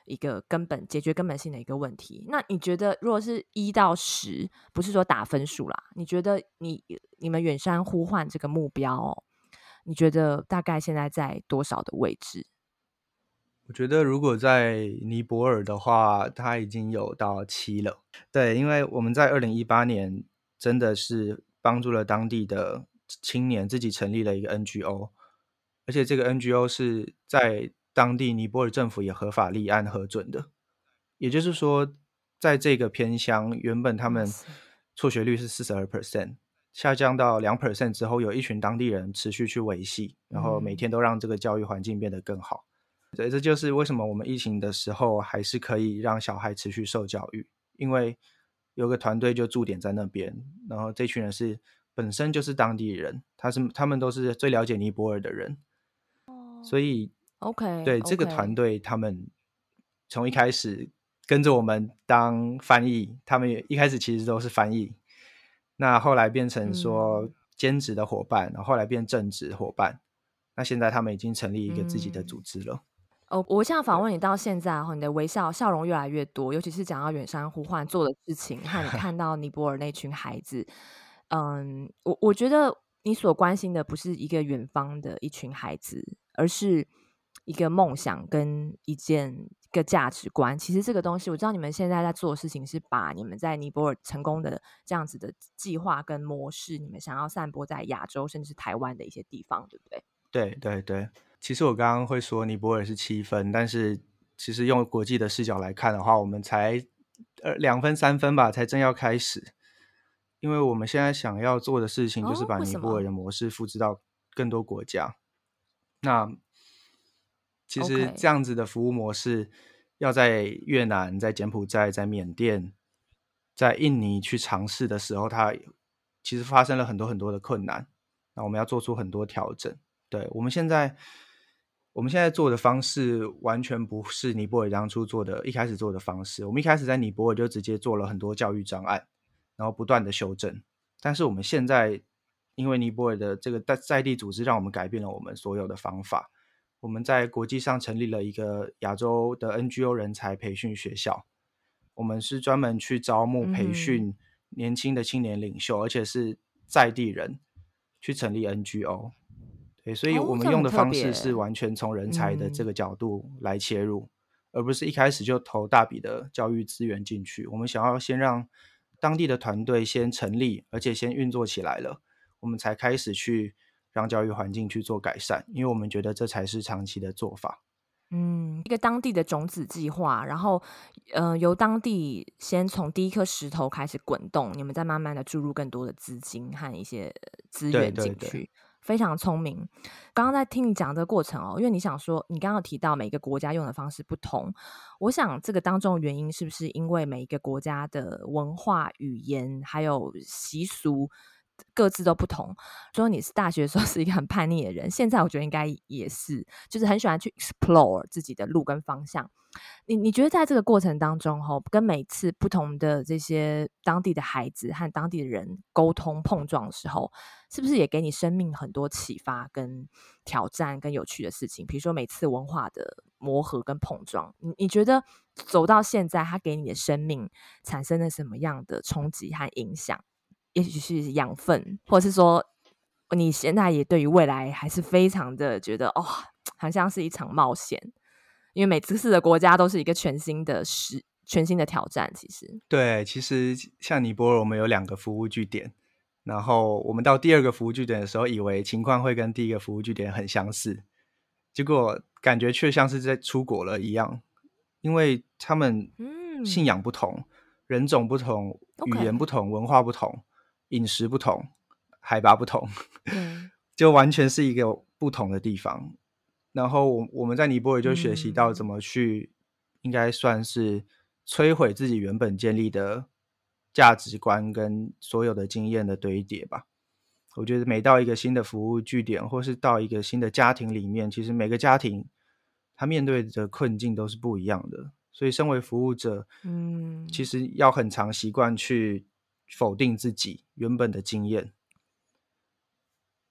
一个根本解决根本性的一个问题。那你觉得如果是一到十，不是说打分数啦，你觉得你你们远山呼唤这个目标哦，你觉得大概现在在多少的位置？ 我觉得如果在尼泊尔的话，它已经有到七了。对，因为我们在二零一八年真的是帮助了当地的青年自己成立了一个 N G O， 而且这个 N G O 是在当地尼泊尔政府也合法立案核准的。也就是说，在这个偏乡，原本他们辍学率是 百分之四十二， 下降到 百分之二 之后，有一群当地人持续去维系，然后每天都让这个教育环境变得更好。对，这就是为什么我们疫情的时候还是可以让小孩持续受教育，因为有个团队就驻点在那边，然后这群人是本身就是当地人，他是他们都是最了解尼泊尔的人，所以 OK 对这个 OK， 团队，他们从一开始跟着我们当翻译，他们也一开始其实都是翻译，那后来变成说嗯兼职的伙伴，然后后来变正职伙伴，那现在他们已经成立一个自己的组嗯。 织了。 哦，我现在访对， 问你到现在哈，你的微笑笑容越来越多，尤其是讲到远山呼唤做的事情，和你看到尼泊尔那群孩子，嗯，我我觉得你所关心的不是一个远方的一群孩子，而是一个梦想跟一件一个价值观。其实这个东西，我知道你们现在在做的事情是把你们在尼泊尔成功的这样子的计划跟模式，你们想要散播在亚洲甚至是台湾的一些地方，对不对？ 对对对，其实我刚刚会说尼泊尔是七分，但是其实用国际的视角来看的话，我们才呃两分三分吧，才正要开始。因为我们现在想要做的事情就是哦， 把尼泊尔为什么的模式复制到更多国家。那其实这 ？OK， 样子的服务模式，要在越南、在柬埔寨、在缅甸、在印尼去尝试的时候，它其实发生了很多很多的困难。那我们要做出很多调整。对，我们现在，我们现在做的方式完全不是尼泊尔当初做的一开始做的方式。我们一开始在尼泊尔就直接做了很多教育专案，然后不断的修正。但是我们现在，因为尼泊尔的这个在在地组织，让我们改变了我们所有的方法。我们在国际上成立了一个亚洲的 N G O 人才培训学校，我们是专门去招募嗯哼， 培训年轻的青年领袖，而且是在地人去成立 N G O。对，所以我哦， 们这很特用的方式是别， 完全从人才的这嗯。 个角度来切入，而不是一开始就投大笔的教育资源进去。我们想要先让当地的团队先成立，而且先运作起来了，我们才开始去让教育环境去做改善，因为我们觉得这才是长期的做法。 嗯，一个当地的种子计划，然后，呃，由当地先从第一颗石头开始滚动，你们再慢慢的注入更多的资金和一些呃资源对对对。 进去，非常聪明。刚刚在听你讲这个过程哦，因为你想说，你刚刚有提到每个国家用的方式不同，我想这个当中的原因是不是因为每一个国家的文化、语言还有习俗各自都不同？说你是大学的时候是一个很叛逆的人，现在我觉得应该也是，就是很喜欢去 explore 自己的路跟方向。你你觉得在这个过程当中，哈，跟每次不同的这些当地的孩子和当地的人沟通碰撞的时候，是不是也给你生命很多启发、跟挑战、跟有趣的事情？比如说每次文化的磨合跟碰撞，你你觉得走到现在，它给你的生命产生了什么样的冲击和影响？也许是养分，或者是说你现在也对于未来还是非常的觉得哦，好像是一场冒险，因为每次的国家都是一个全新的时全新的挑战。其实， 对，其实像尼泊尔，我们有两个服务据点，然后我们到第二个服务据点的时候，以为情况会跟第一个服务据点很相似，结果感觉却像是在出国了一样，因为他们信嗯仰不同，人种不同，语言 ，OK， 不同，文化不同，饮食不同，海拔不同， 对， 就完全是一个不同的地方。然后我我们在尼泊尔就学习到怎嗯么去，应该算是摧毁自己原本建立的价值观跟所有的经验的堆叠吧。我觉得每到一个新的服务据点，或是到一个新的家庭里面，其实每个家庭他面对的困境都是不一样的。所以，身为服务者，其嗯。 实要很常习惯去否定自己原本的经验。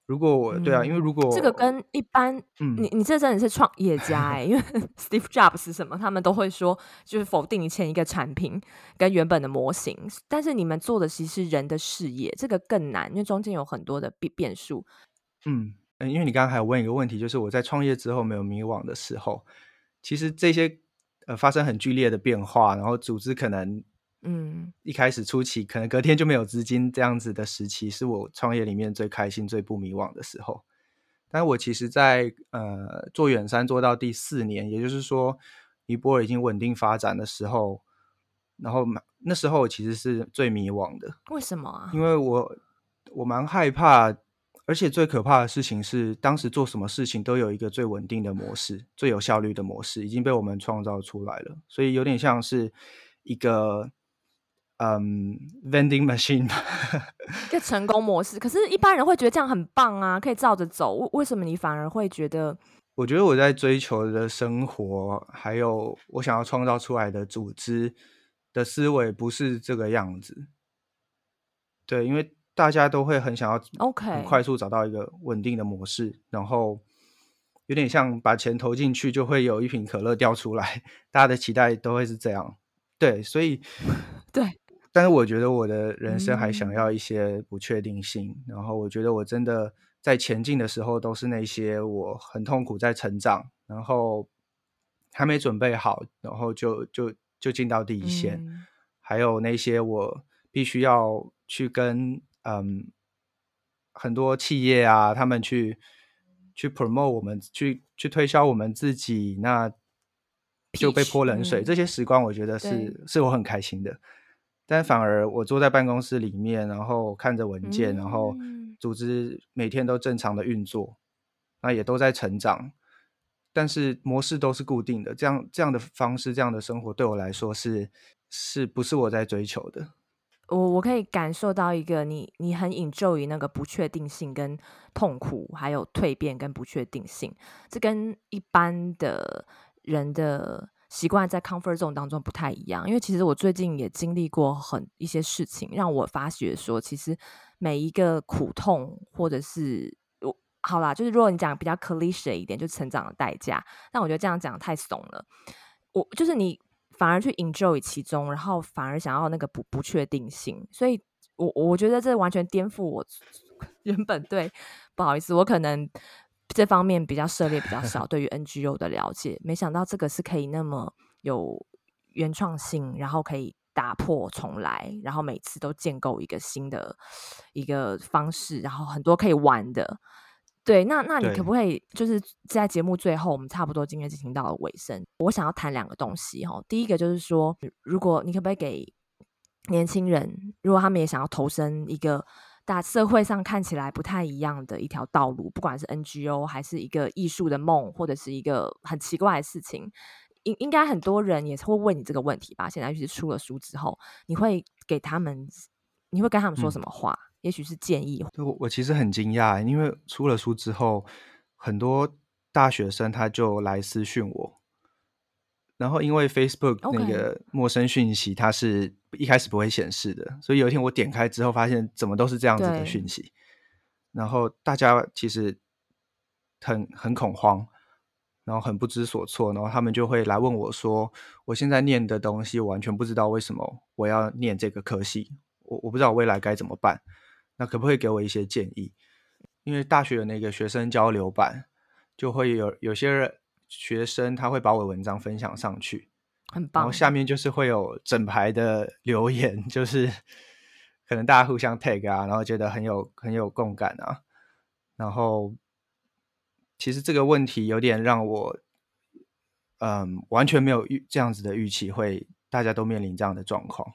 如果我对啊，因为嗯， 如果这个跟一般，你嗯你这真的是创业家哎、因为 Steve Jobs 什么，他们都会说，就是否定你前一个产品跟原本的模型，但是你们做的其实是人的事业，这个更难，因为中间有很多的变变数。 嗯，呃因为你刚刚还有问一个问题，就是我在创业之后没有迷惘的时候，其实这些呃发生很剧烈的变化，然后组织可能嗯一开始初期可能隔天就没有资金这样子的时期，是我创业里面最开心、最不迷惘的时候。但我其实在呃做远山做到第四年，也就是说尼泊尔已经稳定发展的时候，然后蛮那时候我其实是最迷惘的， 为什么啊？ 因为我我蛮害怕，而且最可怕的事情是，当时做什么事情都有一个最稳定的模式、最有效率的模式，已经被我们创造出来了，所以有点像是一个嗯 vending machine 吧。 一个成功模式，可是一般人会觉得这样很棒啊，可以照着走，为为什么你反而会觉得我觉得我在追求的生活，还有我想要创造出来的组织的思维不是这个样子。对，因为大家都会很想要很 OK？ 快速找到一个稳定的模式，然后有点像把钱投进去就会有一瓶可乐掉出来，大家的期待都会是这样。对，所以对， 但是我觉得我的人生还想嗯要一些不确定性，然后我觉得我真的在前进的时候都是那些我很痛苦在成长，然后还没准备好，然后就就就进到第一线， 嗯还有那些我必须要去跟嗯很多企业啊，他们去去 promote 我们，去去推销我们自己，那就被 ，Peach， 泼冷水。这嗯， 些时光我觉得对， 是是我很开心的，但反而我坐在办公室里面，然后看着文件，然后嗯。 组织每天都正常的运作，那也都在成长，但是模式都是固定的，这样这样的方式，这样的生活对我来说是是不是我在追求的？ 我我可以感受到一个你你很 enjoy 那个不确定性跟痛苦，还有蜕变跟不确定性，这跟一般的人的习惯在 comfort zone 当中不太一样。因为其实我最近也经历过很一些事情，让我发觉说，其实每一个苦痛或者是我好啦，就是如果你讲比较 cliche 一点，就成长的代价，但我觉得这样讲太怂了。我就是你反而去 enjoy 其中，然后反而想要那个不不确定性，所以我我觉得这完全颠覆我原本对，不好意思，我可能这方面比较涉猎比较少，对于 N G O 的了解，没想到这个是可以那么有原创性，然后可以打破重来，然后每次都建构一个新的一个方式，然后很多可以玩的。对，那那你可不对， 可以就是在节目最后，我们差不多今天进行到了尾声，我想要谈两个东西哈。第一个就是说，如果你可不可以给年轻人，如果他们也想要投身一个大社会上看起来不太一样的一条道路，不管是 N G O 还是一个艺术的梦，或者是一个很奇怪的事情，应应该很多人也会问你这个问题吧？现在就是出了书之后，你会给他们，你会跟他们说什嗯。 么话？也许是建议。 对，我我其实很惊讶，因为出了书之后，很多大学生他就来私讯我，然后因为 Facebook 那 OK， 个陌生讯息它是一开始不会显示的，所以有一天我点开之后，发现怎么都是这样子的对， 讯息，然后大家其实很很恐慌，然后很不知所措，然后他们就会来问我说，我现在念的东西，我完全不知道为什么我要念这个科系，我我不知道我未来该怎么办，那可不可以给我一些建议？因为大学有那个学生交流版，就会有有些人学生他会把我的文章分享上去， 很棒。 然后下面就是会有整排的留言，就是可能大家互相 tag 啊，然后觉得很有很有共感啊，然后其实这个问题有点让我，嗯，完全没有预这样子的预期会大家都面临这样的状况。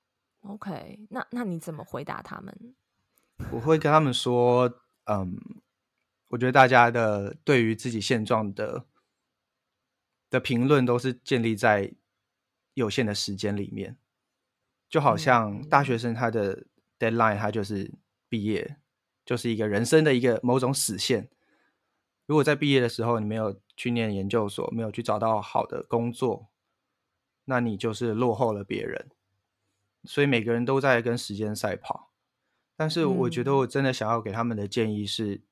OK，那那你怎么回答他们？ 我会跟他们说，嗯，我觉得大家的对于自己现状的的评论都是建立在有限的时间里面，就好像大学嗯生他的 deadline 他就是毕业，就是一个人生的一个某种死线。如果在毕业的时候你没有去念研究所，没有去找到好的工作，那你就是落后了别人。所以每个人都在跟时间赛跑。但是我觉得嗯我真的想要给他们的建议是，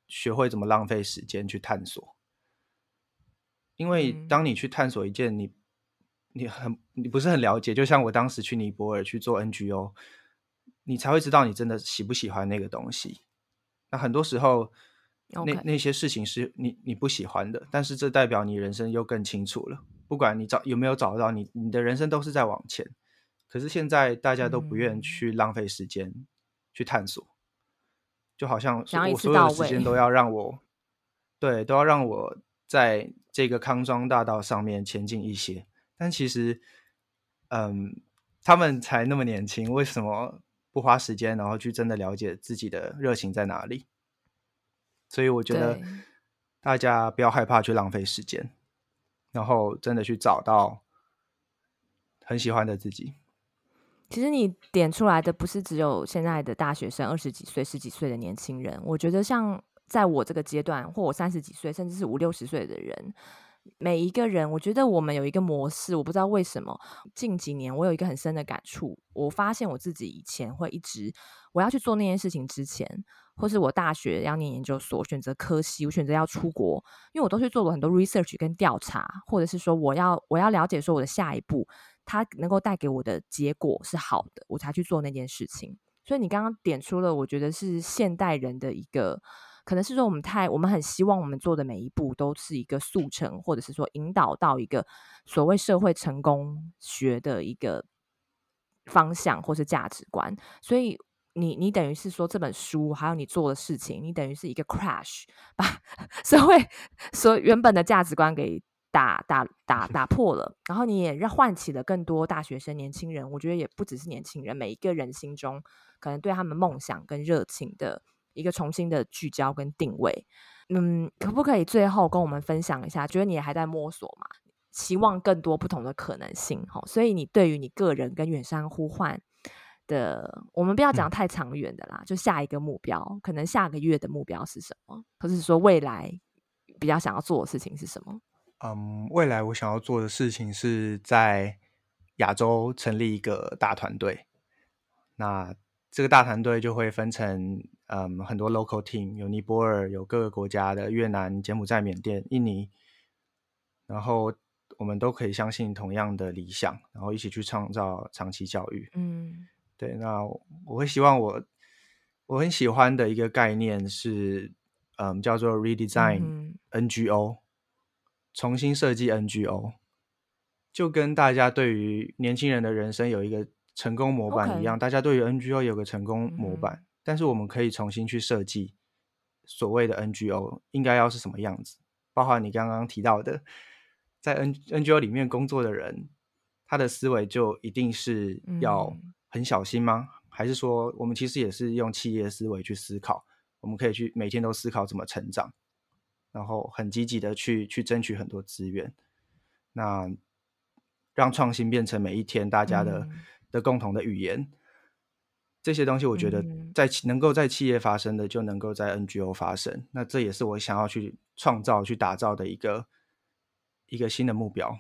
学会怎么浪费时间去探索。因为当你去探索一件你你很你不是很了解，就像我当时去尼泊尔去做 N G O， 你才会知道你真的喜不喜欢那个东西。那很多时候那 OK 那些事情是你你不喜欢的，但是这代表你人生又更清楚了。不管你找有没有找到，你你的人生都是在往前。可是现在大家都不愿去浪费时间去探索，就好像想要一我所有的时次到位。 间都要让我对都要让我在这个康庄大道上面前进一些。但其实嗯，他们才那么年轻，为什么不花时间然后去真的了解自己的热情在哪里？所以我觉得对， 大家不要害怕去浪费时间，然后真的去找到很喜欢的自己。 其实你点出来的不是只有现在的大学生，二十几岁、十几岁的年轻人。我觉得像在我这个阶段，或我三十几岁，甚至是五六十岁的人，每一个人，我觉得我们有一个模式，我不知道为什么，近几年我有一个很深的感触。我发现我自己以前会一直，我要去做那件事情之前，或是我大学要念研究所，选择科系，我选择要出国，因为我都去做了很多 research 跟调查，或者是说我要我要了解说我的下一步，它能够带给我的结果是好的，我才去做那件事情。所以你刚刚点出了，我觉得是现代人的一个，可能是说我们太，我们很希望我们做的每一步都是一个速成，或者是说引导到一个所谓社会成功学的一个方向或是价值观。所以你你等于是说这本书还有你做的事情，你等于是一个 crash， 把社会所原本的价值观给打打打打破了，然后你也让唤起了更多大学生、年轻人。我觉得也不只是年轻人，每一个人心中可能对他们梦想跟热情的一个重新的聚焦跟定位。嗯，可不可以最后跟我们分享一下？觉得你也还在摸索嘛，期望更多不同的可能性。所以你对于你个人跟远山呼唤的，我们不要讲太长远的啦，就下一个目标，可能下个月的目标是什么，或是说未来比较想要做的事情是什么？ 嗯，未来我想要做的事情是在亚洲成立一个大团队。那这个大团队就会分成嗯很多 local team， 有尼泊尔，有各个国家的越南、柬埔寨、缅甸、印尼，然后我们都可以相信同样的理想，然后一起去创造长期教育。 嗯， 对，那我会希望我我很喜欢的一个概念是，嗯，叫做 redesign 嗯 N G O， 重新设计 N G O， 就跟大家对于年轻人的人生有一个成功模板一样， OK， 大家对于 N G O 有个成功嗯模板， 哼但是我们可以重新去设计所谓的 N G O 应该要是什么样子，包括你刚刚提到的，在 N NGO 里面工作的人，他的思维就一定是要嗯很小心吗？还是说我们其实也是用企业思维去思考，我们可以去每天都思考怎么成长，然后很积极的去去争取很多资源，那让创新变成每一天大家的、 嗯的共同的语言。这些东西我觉得嗯在能够在企业发生的，就能够在 N G O 发生。那这也是我想要去创造、去打造的一个一个新的目标。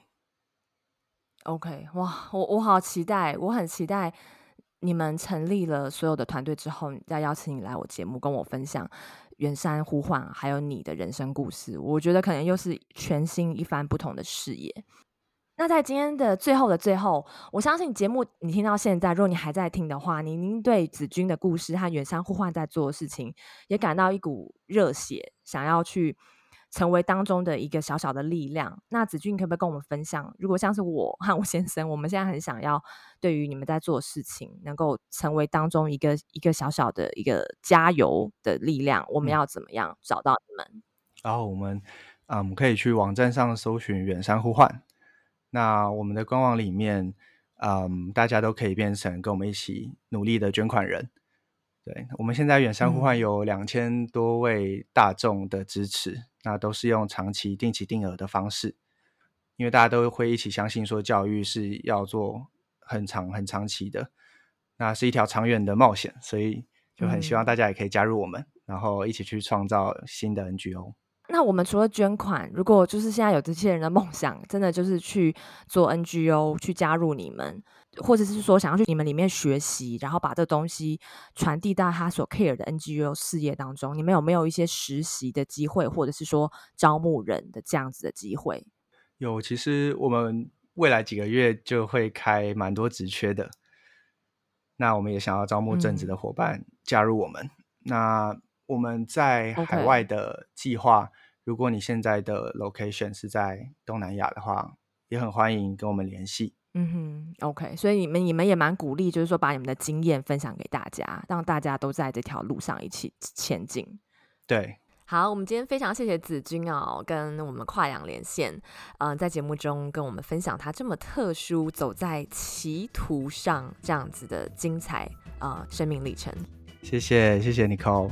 OK，哇，我我好期待，我很期待你们成立了所有的团队之后，再邀请你来我节目跟我分享远山呼唤，还有你的人生故事。我觉得可能又是全新一番不同的视野。那在今天的最后的最后，我相信节目你听到现在，如果你还在听的话，你一定对子君的故事和远山呼唤在做的事情也感到一股热血，想要去成为当中的一个小小的力量。那子君可不可以跟我们分享，如果像是我和我先生，我们现在很想要对于你们在做的事情能够成为当中一个一个小小的一个加油的力量，我们要怎么样找到你们？ 然后我们嗯可以去网站上搜寻远山呼唤，那我们的官网里面嗯大家都可以变成跟我们一起努力的捐款人。对，我们现在远山呼唤有两千多位大众的支持，那都是用长期定期定额的方式，因为大家都会一起相信说教育是要做很长很长期的，那是一条长远的冒险，所以就很希望大家也可以加入我们，然后一起去创造新的 N G O。 那我们除了捐款，如果就是现在有这些人的梦想，真的就是去做 N G O， 去加入你们，或者是说想要去你们里面学习，然后把这个东西传递到他所 care 的 N G O 事业当中，你们有没有一些实习的机会，或者是说招募人的这样子的机会？ 有，其实我们未来几个月就会开蛮多职缺的，那我们也想要招募正职的伙伴加入我们。嗯、那我们在海外的计划， okay. 如果你现在的 location 是在东南亚的话，也很欢迎跟我们联系。 嗯哼 OK， 所以你们你们也蛮鼓励，就是说把你们的经验分享给大家，让大家都在这条路上一起前进。 对， 好，我们今天非常谢谢子君哦，跟我们跨洋连线，嗯、呃，在节目中跟我们分享他这么特殊走在歧途上这样子的精彩呃生命历程。 谢谢谢谢 Nicole。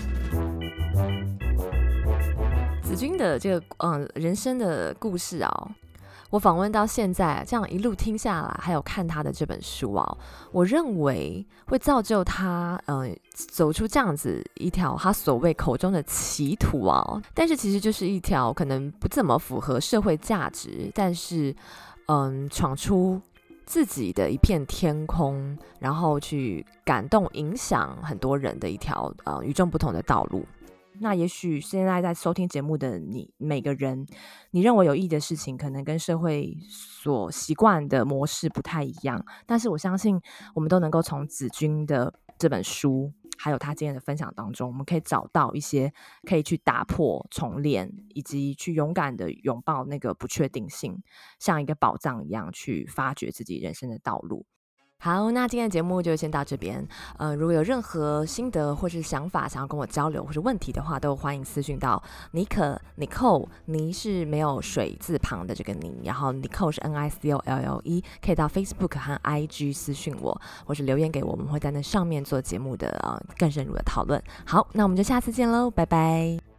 子君的这个嗯、呃、人生的故事哦，我访问到现在这样一路听下来，还有看他的这本书哦，我认为会造就他呃走出这样子一条他所谓口中的歧途哦，但是其实就是一条可能不怎么符合社会价值，但是嗯闯出自己的一片天空，然后去感动影响很多人的一条呃与众不同的道路。那也许现在在收听节目的你每个人，你认为有意义的事情可能跟社会所习惯的模式不太一样，但是我相信我们都能够从子君的这本书还有他今天的分享当中，我们可以找到一些可以去打破重练，以及去勇敢的拥抱那个不确定性，像一个宝藏一样去发掘自己人生的道路。好，那今天的节目就先到这边。呃，如果有任何心得或是想法想要跟我交流或是问题的话，都欢迎私讯到妮可 Nicole， 妮是没有水字旁的这个妮，然后 Nicole 是 N I C O L L E， 可以到 Facebook 和 I G 私讯我，或是留言给我，我们会在那上面做节目的呃更深入的讨论。好，那我们就下次见喽，拜拜。